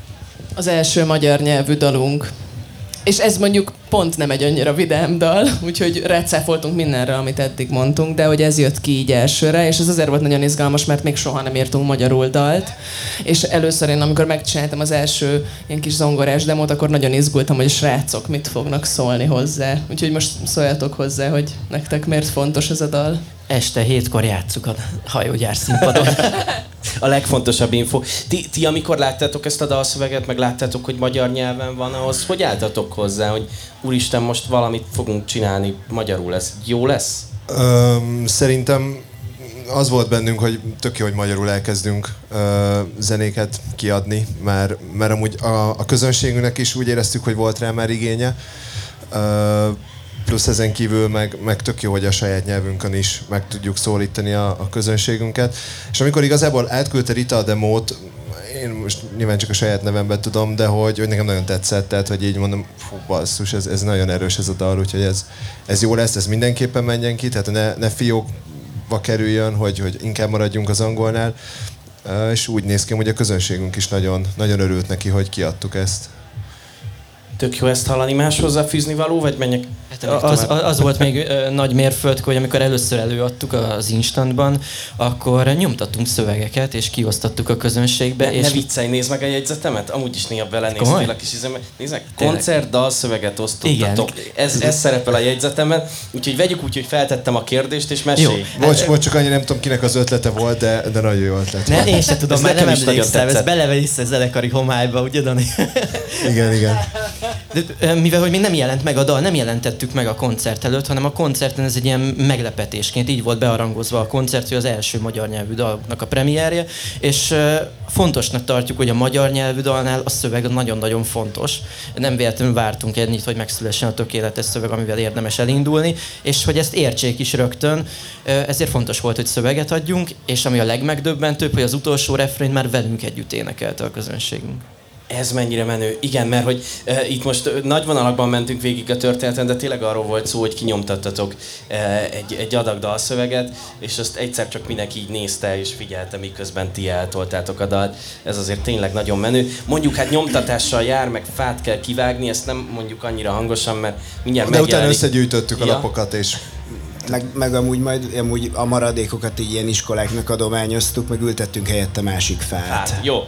az első magyar nyelvű dalunk. És ez mondjuk pont nem egy annyira vidám dal, úgyhogy rácáfoltunk mindenre, amit eddig mondtunk, de hogy ez jött ki így elsőre, és ez azért volt nagyon izgalmas, mert még soha nem írtunk magyarul dalt. És először én, amikor megcsináltam az első ilyen kis zongorás demót, akkor nagyon izgultam, hogy a srácok mit fognak szólni hozzá. Úgyhogy most szóljatok hozzá, hogy nektek miért fontos ez a dal. Este hétkor játsszuk a hajógyár színpadon. A legfontosabb info. Ti, ti amikor láttátok ezt a dalszöveget, meg láttátok, hogy magyar nyelven van, ahhoz hogy álltatok hozzá, hogy úristen, most valamit fogunk csinálni, magyarul lesz. Jó lesz? Öm, szerintem az volt bennünk, hogy tök jó, hogy magyarul elkezdünk ö, zenéket kiadni, mert, mert amúgy a, a közönségünknek is úgy éreztük, hogy volt rá már igénye. Ö, plusz ezen kívül meg, meg tök jó, hogy a saját nyelvünkön is meg tudjuk szólítani a, a közönségünket. És amikor igazából átküldte Rita a demót, én most nyilván csak a saját nevemben tudom, de hogy, hogy nekem nagyon tetszett, tehát hogy így mondom, fú, basszus, ez, ez nagyon erős ez a dal, úgyhogy ez, ez jó lesz, ez mindenképpen menjen ki, tehát ne, ne fiókba kerüljön, hogy, hogy inkább maradjunk az angolnál. És úgy néz ki, hogy a közönségünk is nagyon, nagyon örült neki, hogy kiadtuk ezt. Tök jó ezt hallani, más hozzáfűzni való, vagy menjek? Hát, az, az, az volt még ö, nagy mérföldkő, hogy amikor először előadtuk az Instantban, akkor nyomtattunk szövegeket, és kiosztattuk a közönségbe. Ne, és ne viccelj, nézd meg a jegyzetemet, amúgy is néha Komoly? belenéztél a kis izembe. Nézd meg, koncert, dalszöveget osztottatok. Igen. Ez, ez szerepel a jegyzetemben, úgyhogy vegyük úgy, hogy feltettem a kérdést, és mesélj. Jó. Bocs, bocs, csak annyi nem tudom, kinek az ötlete volt, de, de nagyon jó ötlet. Ne, én se tudom, Ez már nem nekem is nagyon emlékszem, ez tetszett. belevisz a zenekari homályba, ugye, Dani? Igen, igen. De, ö, mivel hogy még nem jelent meg a dal, nem jelentettük meg a koncert előtt, hanem a koncerten ez egy ilyen meglepetésként így volt bearangozva a koncert, hogy az első magyar nyelvű dalnak a premierje, és ö, fontosnak tartjuk, hogy a magyar nyelvű dalnál a szöveg nagyon-nagyon fontos. Nem véletlenül vártunk ennyit, hogy megszülessen a tökéletes szöveg, amivel érdemes elindulni, és hogy ezt értsék is rögtön, ö, ezért fontos volt, hogy szöveget adjunk, és ami a legmegdöbbentőbb, hogy az utolsó refrént már velünk együtt énekelte a közönségünk. Ez mennyire menő. Igen, mert hogy e, itt most nagy vonalakban mentünk végig a történeten, de tényleg arról volt szó, hogy kinyomtattatok e, egy, egy adag dalszöveget, és azt egyszer csak mindenki így nézte és figyelte, miközben ti eltoltátok a dalt. Ez azért tényleg nagyon menő. Mondjuk hát nyomtatással jár, meg fát kell kivágni, ezt nem mondjuk annyira hangosan, mert mindjárt de megjelenik. utána összegyűjtöttük a ja. lapokat, és Meg, meg amúgy majd amúgy a maradékokat így ilyen iskoláknak adományoztuk, meg ültettünk helyette másik fát. Hát, jó.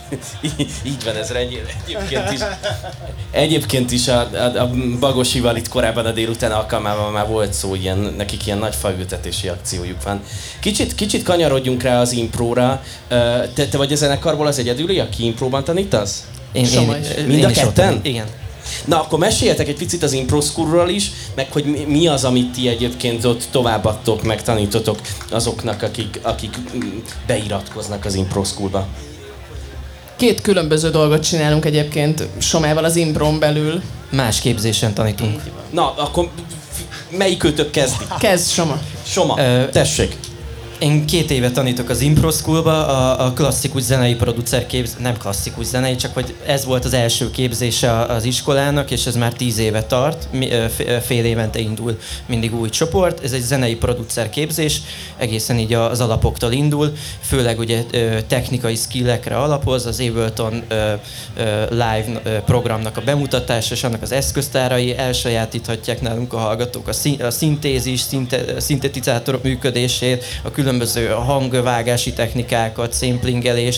Így van ez egyébként is. Egyébként is a, a, a Bagosival itt korábban a délután alkalmával már volt szó, ilyen, nekik ilyen nagy faültetési akciójuk van. Kicsit, kicsit kanyarodjunk rá az impróra. Te, te vagy a zenekarból az egyedüli, aki impróban tanítasz? Én, én, én, Mind én a is ketten? Ott, igen. Na, akkor meséljetek egy picit az Impro Schoolról is, meg hogy mi, mi az, amit ti egyébként ott továbbadtok, meg tanítotok azoknak, akik, akik beiratkoznak az Impro Schoolba. Két különböző dolgot csinálunk egyébként Somával az Impron belül. Más képzésen tanítunk. Na, akkor melyikőtök kezdi? Kezd, Soma. Soma, Ö, tessék. Én két éve tanítok az Impro Schoolba, a, a klasszikus zenei producer képz... nem klasszikus zenei, csak hogy ez volt az első képzése az iskolának, és ez már tíz éve tart, fél évente indul mindig új csoport. Ez egy zenei producer képzés, egészen így az alapoktól indul, főleg ugye technikai skillekre alapoz, az Ableton live programnak a bemutatása és annak az eszköztárai, elsajátíthatják nálunk a hallgatók a, szín, a szintézis, szinte, szintetizátorok működését, a különböző hangvágási technikákat, samplingelést,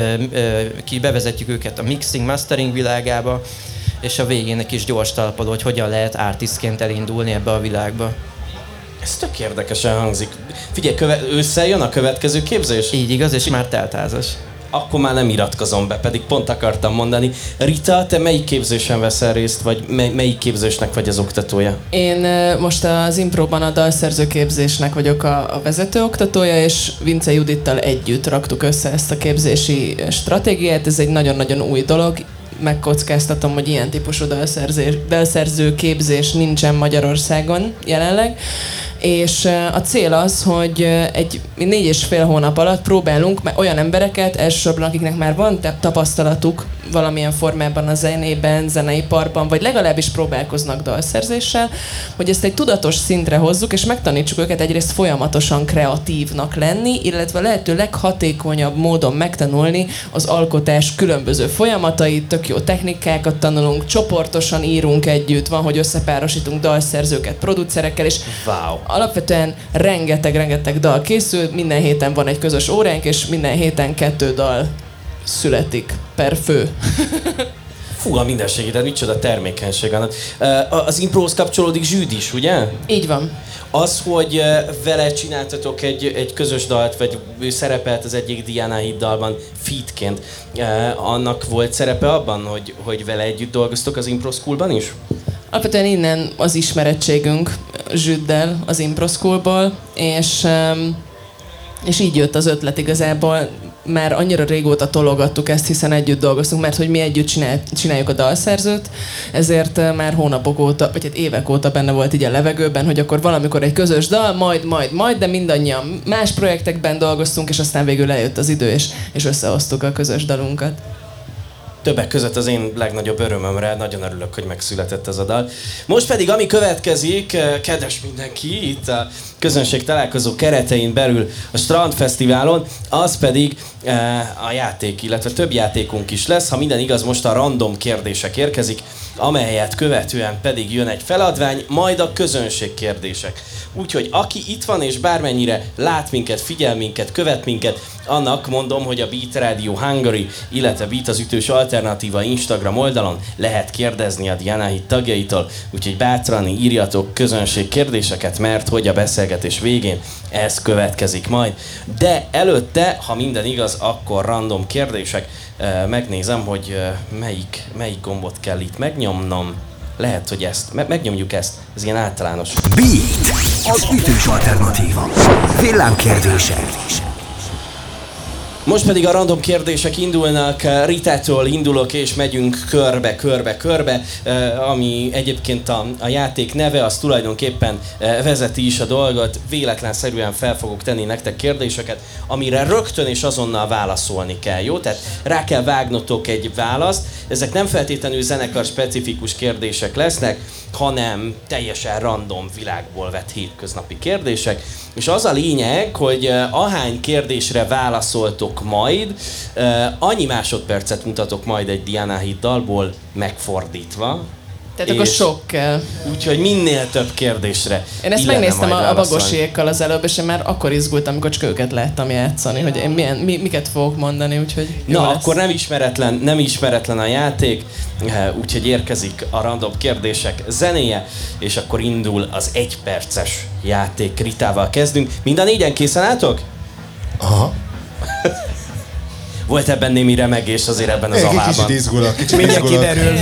ki bevezetjük őket a mixing, mastering világába, és a végén egy kis gyors talpaló, hogy hogyan lehet artistként elindulni ebbe a világba. Ez tök érdekesen hangzik. Figyelj, köve- ősszel jön a következő képzés? Így igaz, és már teltházas. Akkor már nem iratkozom be, pedig pont akartam mondani. Rita, te melyik képzésen veszel részt, vagy mely- melyik képzésnek vagy az oktatója? Én most az Impróban a dalszerző képzésnek vagyok a, a vezetőoktatója, és Vince Judittal együtt raktuk össze ezt a képzési stratégiát. Ez egy nagyon-nagyon új dolog. Megkockáztatom, hogy ilyen típusú dalszerző képzés nincsen Magyarországon jelenleg. És a cél az, hogy egy négy és fél hónap alatt próbálunk olyan embereket, elsősorban akiknek már van tapasztalatuk valamilyen formában a zenében, zeneiparban, vagy legalábbis próbálkoznak dalszerzéssel, hogy ezt egy tudatos szintre hozzuk, és megtanítsuk őket egyrészt folyamatosan kreatívnak lenni, illetve lehető leghatékonyabb módon megtanulni az alkotás különböző folyamatait, tök jó technikákat tanulunk, csoportosan írunk együtt, van, hogy összepárosítunk dalszerzőket producerekkel, és Wow. alapvetően rengeteg-rengeteg dal készül, minden héten van egy közös óránk, és minden héten kettő dal születik per fő. Fú, a mindenséged, micsoda termékenység. Az impróhoz kapcsolódik Zsűd is, ugye? Így van. Az, hogy vele csináltatok egy, egy közös dalt, vagy ő szerepelt az egyik Diana Hit dalban featként, annak volt szerepe abban, hogy, hogy vele együtt dolgoztok az Impro Schoolban is? Alapvetően innen az ismerettségünk Zsüddel az Impro Schoolból, és, és így jött az ötlet igazából. Már annyira régóta tologattuk ezt, hiszen együtt dolgoztunk, mert hogy mi együtt csinál, csináljuk a dalszerzőt, ezért már hónapok óta, vagy hát évek óta benne volt így a levegőben, hogy akkor valamikor egy közös dal, majd, majd, majd, de mindannyian más projektekben dolgoztunk, és aztán végül eljött az idő, és, és összehoztuk a közös dalunkat. Többek között az én legnagyobb örömömre, nagyon örülök, hogy megszületett ez a dal. Most pedig, ami következik, kedves mindenki, itt a közönség találkozó keretein belül a Strand Fesztiválon, az pedig a játék, illetve több játékunk is lesz. Ha minden igaz, most a random kérdések érkezik, amelyet követően pedig jön egy feladvány, majd a közönség kérdések. Úgyhogy aki itt van és bármennyire lát minket, figyel minket, követ minket, annak mondom, hogy a Beat Radio Hungary, illetve Beat az ütős alternatíva Instagram oldalon lehet kérdezni a Diana Hit tagjaitól, úgyhogy bátran írjatok közönség kérdéseket, mert hogy a beszélgetés végén ez következik majd. De előtte, ha minden igaz, akkor random kérdések. Megnézem, hogy melyik, melyik gombot kell itt megnyomnom. Lehet, hogy ezt. Me- megnyomjuk ezt. Ez ilyen általános. Beat, az ütős alternatíva. Villámkérdések. Most pedig a random kérdések indulnak, Ritától indulok és megyünk körbe, körbe, körbe, ami egyébként a, a játék neve, az tulajdonképpen vezeti is a dolgot, véletlenszerűen fel fogok tenni nektek kérdéseket, amire rögtön és azonnal válaszolni kell, jó? Tehát rá kell vágnotok egy választ, ezek nem feltétlenül zenekar specifikus kérdések lesznek, hanem teljesen random világból vett hétköznapi kérdések. És az a lényeg, hogy ahány kérdésre válaszoltok majd, annyi másodpercet mutatok majd egy Diana Hit dalból megfordítva. Tehát akkor sok kell. Úgyhogy minél több kérdésre. Én ezt megnéztem a, a bagosiékkal az előbb, és én már akkor izgultam, amikor csak őket láttam játszani, hogy én milyen, mi, miket fogok mondani, úgyhogy jó Na, lesz. akkor nem ismeretlen, nem ismeretlen a játék, úgyhogy érkezik a random kérdések zenéje, és akkor indul az egyperces játék. Ritával kezdünk. Mind a négyen készen álltok? Aha. Volt ebben némi remegés azért ebben az avában. Kicsit izgulok, kicsit Mindjárt izgulok. kiderül.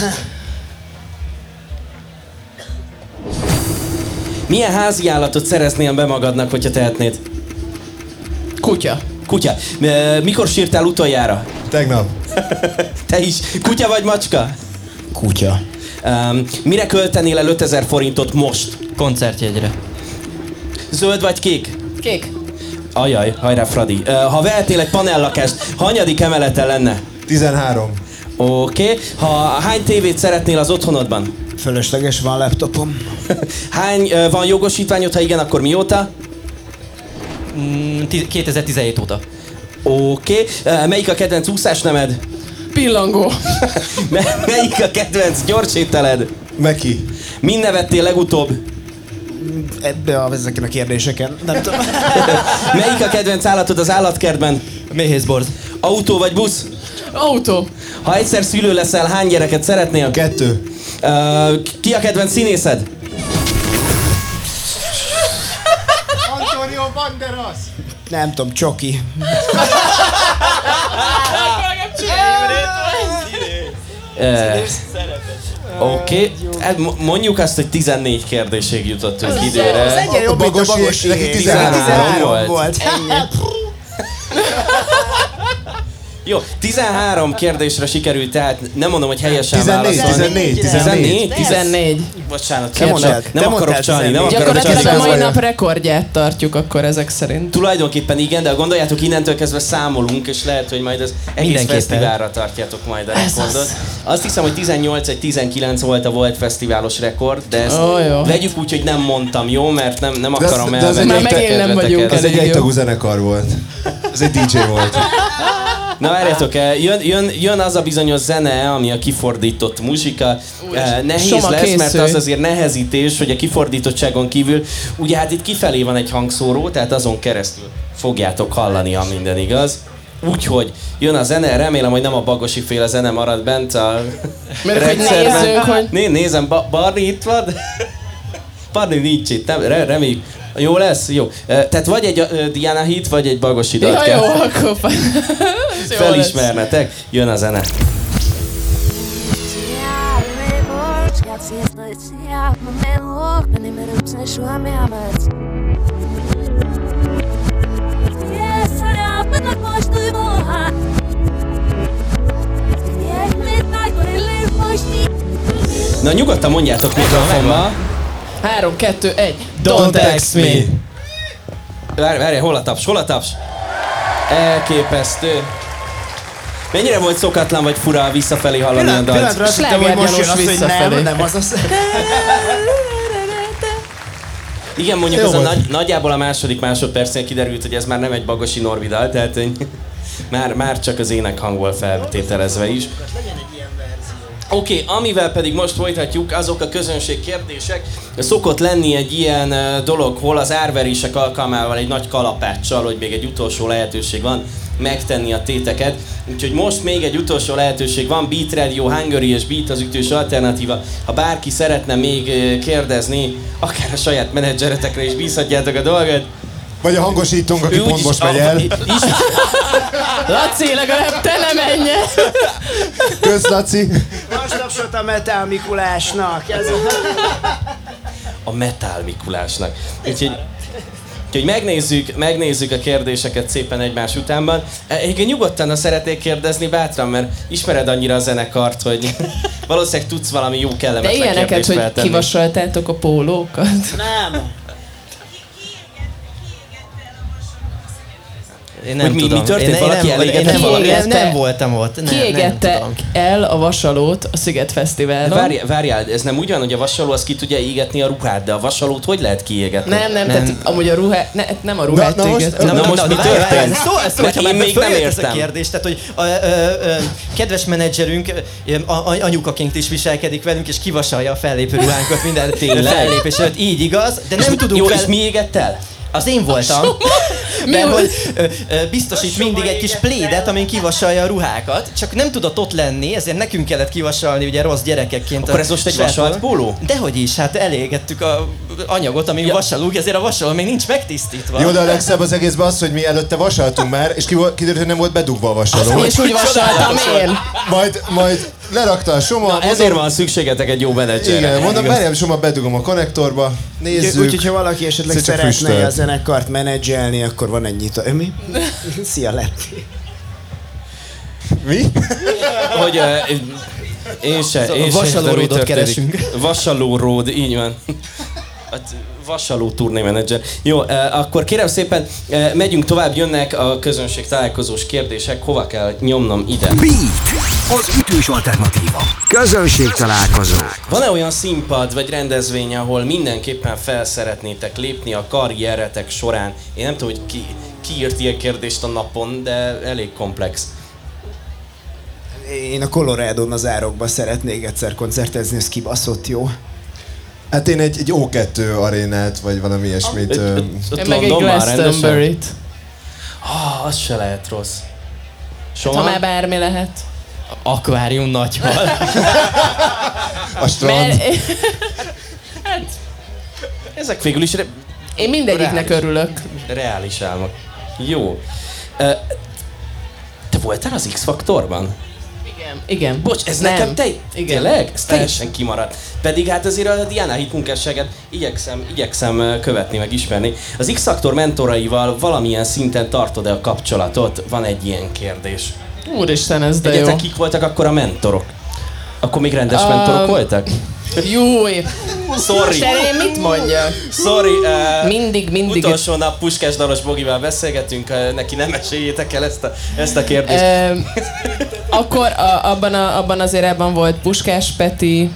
Milyen házi állatot szereznél be magadnak, hogyha tehetnéd? Kutya. Kutya. Mikor sírtál utoljára? Tegnap. Te is. Kutya vagy macska? Kutya. Um, mire költenél el ötezer forintot most? Koncertjegyre. Zöld vagy kék? Kék. Ajaj, hajrá Fradi. Uh, ha vehetnél egy panellakást, hanyadik emeleten lenne? tizenhárom. Oké. Okay. Ha hány tévét szeretnél az otthonodban? Fölösleges, van laptopom. Hány uh, van jogosítványod, ha igen, akkor mióta? Mm, kétezer-tizenhét óta. Oké. Okay. Uh, melyik a kedvenc úszásnemed? Pillangó. Melyik a kedvenc gyorsételed? Meki. Min nevettél legutóbb? Ebbe a, ezeken a kérdéseken. Nem tudom. Melyik a kedvenc állatod az állatkertben? Méhészborz. Autó vagy busz? Autó. Ha egyszer szülő leszel, hány gyereket szeretnél? Kettő. Uh, ki a kedvenc színészed? Antonio Banderas. Nem tudom, Csoki. Uh, Oké, okay. Mondjuk azt, hogy tizennégy kérdésig jutottunk időre. Ez egyen jobb, mint a Bagosi, Bagosi. neki tizenhárom volt. volt. Jó, tizenhárom kérdésre sikerült, tehát nem mondom, hogy helyesen tizennégy, válaszolni. tizennégy, tizennégy? tizennégy. Bocsánat, Te kérdés. mondtál- nem te akarok mondtál csalni, nem tizennégy. akarok Gyakorlatilag csalni. a mai igaz nap rekordját tartjuk akkor ezek szerint. Tulajdonképpen igen, de gondoljátok, innentől kezdve számolunk, és lehet, hogy majd az egész Mindenképpen. fesztiválra tartjátok majd a rekordot. Azt hiszem, hogy tizennyolc egy tizenkilenc volt a Volt Fesztiválos rekord, de ezt Ó, jó. vegyük úgy, hogy nem mondtam, jó? Mert nem, nem De az- akarom de az elvenni Már a megint nem kedveteket. vagyunk Ez egy elég jó. egytagú zenekar volt. Ez egy dé dzsé volt. Na várjátok, eh, jön, jön, jön az a bizonyos zene, ami a kifordított muzsika. Eh, Nehéz Soma, lesz, mert készülj. az azért nehezítés, hogy a kifordítottságon kívül, ugye hát itt kifelé van egy hangszóró, tehát azon keresztül fogjátok hallani, ha minden igaz. Úgyhogy jön a zene, remélem, hogy nem a Bagosi féle zene marad bent a Mert hogy rendszerben. nézzünk, hogy... Né, nézem, ba- Barni itt van? Barni nincs itt, nem, re- reméljük. Jó lesz? Jó. Eh, Tehát vagy egy uh, Diana Hit, vagy egy Bagosi dalt Ja, kell jó, akkor fel... Ez jó lesz. felismernetek. Jön a zene. Na nyugodtan mondjátok mikrofonba. Három, kettő, egy. Don't text me! Várj, várj, hol a taps, hol a taps? Elképesztő. Mennyire volt szokatlan vagy fura visszafelé hallani a Pillanat, dalt? pillanatra azt hittem, hogy most jön az, hogy Visszafelé. nem, nem az az. Igen, mondjuk Jó az a volt. nagy, nagyjából a második másodpercnél kiderült, hogy ez már nem egy Bagosi Norbi dal, tehát hogy már, már csak az énekhang volt feltételezve is. Oké, okay, amivel pedig most folytatjuk, azok a közönség kérdések. Szokott lenni egy ilyen uh, dolog, hol az árverések alkalmával egy nagy kalapáccsal, hogy még egy utolsó lehetőség van megtenni a téteket. Úgyhogy most még egy utolsó lehetőség van, Beat Radio Hungary és Beat az ütős alternatíva. Ha bárki szeretne még uh, kérdezni, akár a saját menedzseretekre is bízhatjátok a dolgot. Vagy a hangosítónk, aki Ő pont úgyis- most megy el. a- is, Laci, legalább te ne menj el. Kösz, Laci. Most tapsot a Metal Mikulásnak. Ez a Metal Mikulásnak. Úgyhogy Úgyhogy megnézzük, megnézzük a kérdéseket szépen egymás utánban. Egyébként nyugodtan, ha szeretnék kérdezni, bátran, mert ismered annyira a zenekart, hogy valószínűleg tudsz valami jó kellemetlen De ilyeneket, kérdést hogy feltenni. kivasaltátok a pólókat? Nem. Én nem Hogy mi- tudom. mi történt? Én, Valaki én nem, elégetett én nem, valamit? nem, nem voltam ott. Nem, nem Kiégette tudom. el a vasalót a Sziget Fesztiválon. Várjál, várjál, ez nem úgy van, hogy a vasaló az ki tudja égetni a ruhát, de a vasalót hogy lehet kiégetni? Nem, nem, Nem. tehát amúgy a ruhát, ne, nem a ruhát Na, na most- éget. Na, most mi várj, várj, történt? Szó, szó, Mert hogyha én már még nem följött ez értem. a kérdés, tehát hogy a, a, a, a kedves menedzserünk a, a, anyukaként is viselkedik velünk, és kivasalja a fellépő ruhánkat minden Tényleg? fellépés előtt. Így igaz, de nem tudunk Jó, fel... és mi égett el? Az én voltam. De hogy ö, ö, biztosít mindig egy kis plédet, amin kivasalja a ruhákat, csak nem tudott ott lenni, ezért nekünk kellett kivasalni, ugye rossz gyerekekként. Akkor a ez most egy srácból. vasalt póló? Dehogy is, hát elégettük a anyagot, amin ja. vasalunk, ezért a vasaló még nincs megtisztítva. Jó, de a legszebb az egészben az, hogy mi előtte vasaltunk már, és ki- kiderült, hogy nem volt bedugva a vasaló. És úgy vasaltam én. Majd, majd lerakta a Soma. Na, ezért van szükségetek egy jó menedzserre. Igen, mondom, Igaz? várjál, Soma, bedugom a konnektorba, nézzük. Úgyhogy, ha valaki esetleg Egyszer csak szeretné füstölt. a zenekart menedzselni, akkor van egy nyitó. Mi? Szia, Letti. Mi? Hogy uh, én se, én se értem, Vasalóródot mi történik. keresünk. Vasalóród, így van. Hát, vasaló turnémenedzser. Jó, uh, akkor kérem szépen, uh, megyünk tovább, jönnek a közönség találkozós kérdések. Hova kell nyomnom ide? Beat, az ütős alternatíva. Közönség találkozó. Van-e olyan színpad vagy rendezvény, ahol mindenképpen fel szeretnétek lépni a karrieretek során? Én nem tudom, hogy ki, ki írt ilyen kérdést a napon, de elég komplex. Én a Colorado-n az árokban szeretnék egyszer koncertezni, ez kibaszott jó. Hát én egy, egy ó kettő arénát, vagy valami ilyesmit. ö, Ott Én meg egy Londonban rendesen? Glastonbury-t. Ah, az se lehet rossz. Ha Soha? már bármi lehet. Akvárium nagyhal. A strand. Mert Ezek végül is re- én mindegyiknek Reális. örülök. reális álmok. Jó. Ö, Te voltál az X-faktorban? Igen. Igen. Bocs, ez Nem. nekem te... Igen. Tényleg? Ez Persze. teljesen kimaradt. Pedig hát azért a Diana hit munkásságát igyekszem, igyekszem ö, követni, meg ismerni. Az X-faktor mentoraival valamilyen szinten tartod-e a kapcsolatot? Van egy ilyen kérdés. Úristen, ez de jó. Egyetek kik voltak akkor a mentorok? Akkor még rendes Um, mentorok voltak? Júj! Sorry. Isten, én mit mondjak? Sorry. Uh, Mindig, mindig. Utolsó nap Puskás Dalos Bogival beszélgetünk, uh, neki nem esélyétek el ezt a, ezt a kérdést. Ö, akkor a, abban, a, abban az érában volt Puskás Peti,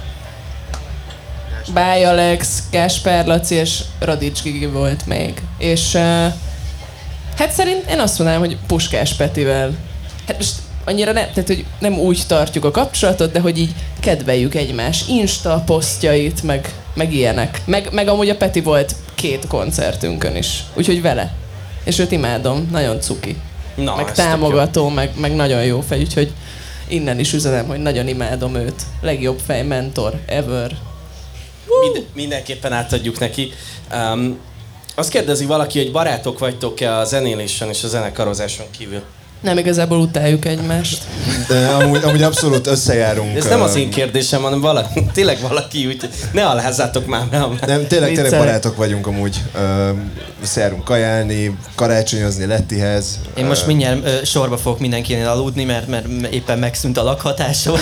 Báj Alex, Gáspár Laci és Radics Gigi volt még. És uh, hát szerint én azt mondanám, hogy Puskás Petivel. Hát most annyira nem, tehát hogy nem úgy tartjuk a kapcsolatot, de hogy így kedveljük egymás Insta posztjait, meg, meg ilyenek. Meg, meg amúgy a Peti volt két koncertünkön is, úgyhogy vele. És őt imádom, nagyon cuki. Na, meg ez tök támogató, meg, meg nagyon jó fej, úgyhogy innen is üzenem, hogy nagyon imádom őt. Legjobb fej, mentor, ever. Mind, mindenképpen átadjuk neki. Um, azt kérdezi valaki, hogy barátok vagytok-e a zenélésen és a zenekarozáson kívül? Nem, igazából utáljuk egymást. De amúgy, amúgy abszolút összejárunk. Ez nem az ö, én kérdésem, hanem valaki, tényleg valaki, úgyhogy ne alázzátok már. Nem. Nem, tényleg, tényleg Viccelek. barátok vagyunk amúgy. Ö, Összejárunk kajálni, karácsonyozni Lettihez. Én most mindjárt ö, sorba fogok mindenkinél aludni, mert, mert éppen megszűnt a lakhatásom.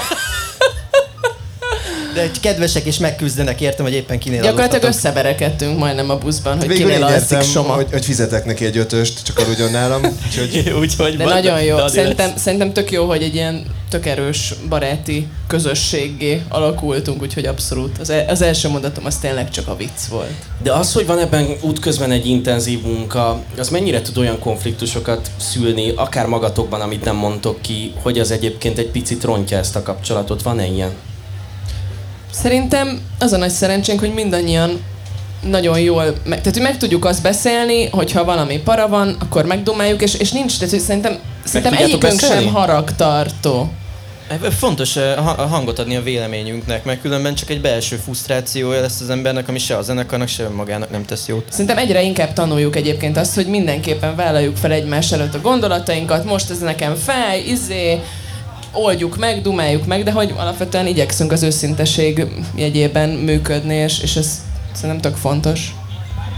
De kedvesek és megküzdenek, értem, hogy éppen kinél Gyakorlatilag aludhatok. összeverekedtünk majdnem a buszban, hogy Végül kinél így alszik értem, Soma. hogy, hogy fizetek neki egy ötöst, csak aludjon nálam. Úgyhogy Úgyhogy De van, nagyon jó. de azért Szerintem, lesz. szerintem tök jó, hogy egy ilyen tök erős baráti közösségé alakultunk, úgyhogy abszolút. Az, el, az első mondatom az tényleg csak a vicc volt. De az, hogy van ebben útközben egy intenzív munka, az mennyire tud olyan konfliktusokat szülni, akár magatokban, amit nem mondtok ki, hogy az egyébként egy picit rontja ezt a kapcsolatot? Van-e ilyen? Szerintem az a nagy szerencsénk, hogy mindannyian nagyon jól, meg, tehát hogy meg tudjuk azt beszélni, hogyha valami para van, akkor megdumáljuk, és, és nincs, tehát hogy szerintem, szerintem tudjátok egyikünk beszélni? sem haragtartó. Fontos ö, ha- hangot adni a véleményünknek, mert különben csak egy belső frusztrációja lesz az embernek, ami se a zenekarnak, se magának nem tesz jót. Szerintem egyre inkább tanuljuk egyébként azt, hogy mindenképpen vállaljuk fel egymás előtt a gondolatainkat, most ez nekem fáj, izé, oldjuk meg, dumáljuk meg, de hogy alapvetően igyekszünk az őszinteség jegyében működni, és, és ez szerintem tök fontos.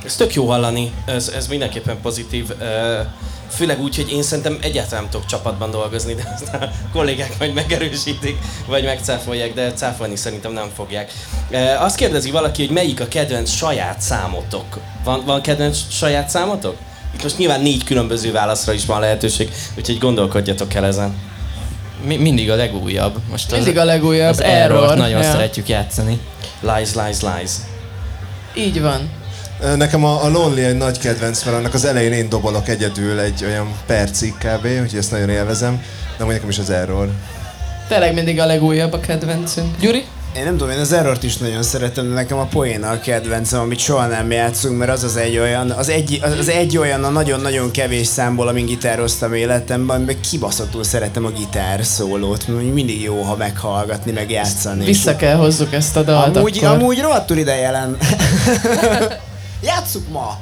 Ez tök jó hallani, ez, ez mindenképpen pozitív. Főleg úgy, hogy én szerintem egyáltalán nem tudok csapatban dolgozni, de aztán a kollégák majd megerősítik, vagy megcáfolják, de cáfolni szerintem nem fogják. Azt kérdezi valaki, hogy melyik a kedvenc saját számotok? Van, van kedvenc saját számotok? Itt most nyilván négy különböző válaszra is van lehetőség, úgyhogy gondolkodjatok el ezen. Mi, mindig a legújabb. Most az, mindig a legújabb, az Error. Error. Nagyon ja. szeretjük játszani. Lies, lies, lies. Így van. Nekem a, a Lonely egy nagy kedvenc, mert annak az elején én dobolok egyedül egy olyan percig kb, úgyhogy ezt nagyon élvezem, de amúgy nekem is az Error. Tényleg mindig a legújabb a kedvencünk. Gyuri? Én nem tudom, én az Errort is nagyon szeretem, de nekem a Poéna a kedvencem, amit soha nem játszunk, mert az az egy olyan, az egy, az egy olyan a nagyon-nagyon kevés számból, amin gitároztam életemben, amiben kibaszottul szeretem a gitár szólót, mindig jó, ha meghallgatni, meg játszani. Vissza kell hozzuk ezt a dalt Amúgy, akkor. amúgy rohadtul ideje lenne. Játsszuk ma!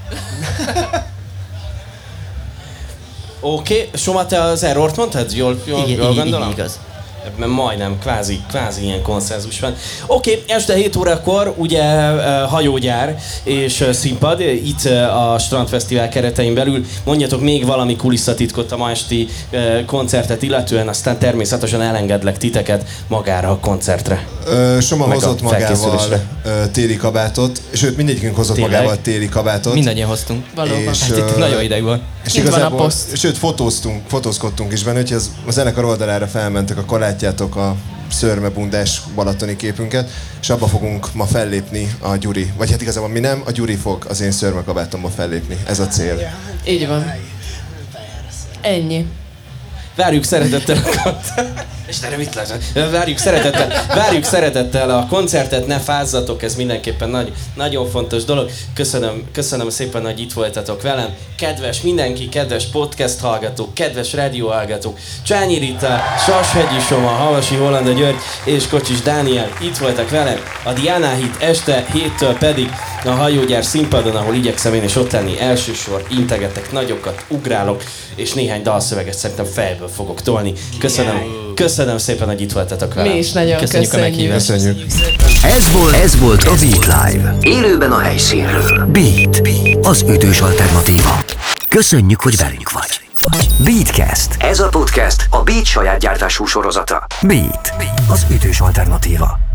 Oké, okay. Soma, te az Errort mondtad? Jól, jól, Igen, jól igen, gondolom? igaz. Ebben majdnem, kvázi, kvázi ilyen konszenzus van. Oké, okay, este hét órakor ugye hajógyár és színpad itt a Strandfesztivál keretein belül. Mondjatok még valami kulisszatitkot a ma esti koncertet illetően, aztán természetesen elengedlek titeket magára a koncertre. Ö, Soma Meg hozott a magával ö, téli kabátot, sőt mindegyikünk hozott Tényleg? magával téli kabátot. Mindannyian hoztunk. Valóban. És, Hát itt ö, nagyon ideg van. És Kint van a igazából, poszt. sőt, fotóztunk, fotózkodtunk is benne, úgyhogy az, a zenekar oldalára felmentek, akkor látjátok a szörmebundás balatoni képünket, és abba fogunk ma fellépni a Gyuri. Vagy hát igazából mi nem, a Gyuri fog az én szörmekabátomba fellépni. Ez a cél. Így van. Ennyi. Várjuk szeretettel a koncertet. És erre mit lehet? Várjuk szeretettel, várjuk szeretettel a koncertet, ne fázzatok, ez mindenképpen nagy, nagyon fontos dolog. Köszönöm, köszönöm szépen, hogy itt voltatok velem. Kedves mindenki, kedves podcast hallgatók, kedves rádió hallgatók, Csányi Rita, Sashegyi Soma, Havasi Hollanda György és Kocsis Dániel itt voltak velem. A Diana Hit este héttől pedig a hajógyár színpadon, ahol igyekszem én is ott lenni, elsősor integetek nagyokat, ugrálok, és néhány dalszöveget szerintem fejből fogok tolni. Köszönöm, köszönöm szépen, hogy itt voltatok velem. Mi is nagyon Köszönjük a köszönjük. meghívást. Köszönjük. Ez volt, ez volt a Beat Live. Élőben a helyszínről. Beat, az ütős alternatíva. Köszönjük, hogy velünk vagy. Beatcast. Ez a podcast a Beat saját gyártású sorozata. Beat, az ütős alternatíva.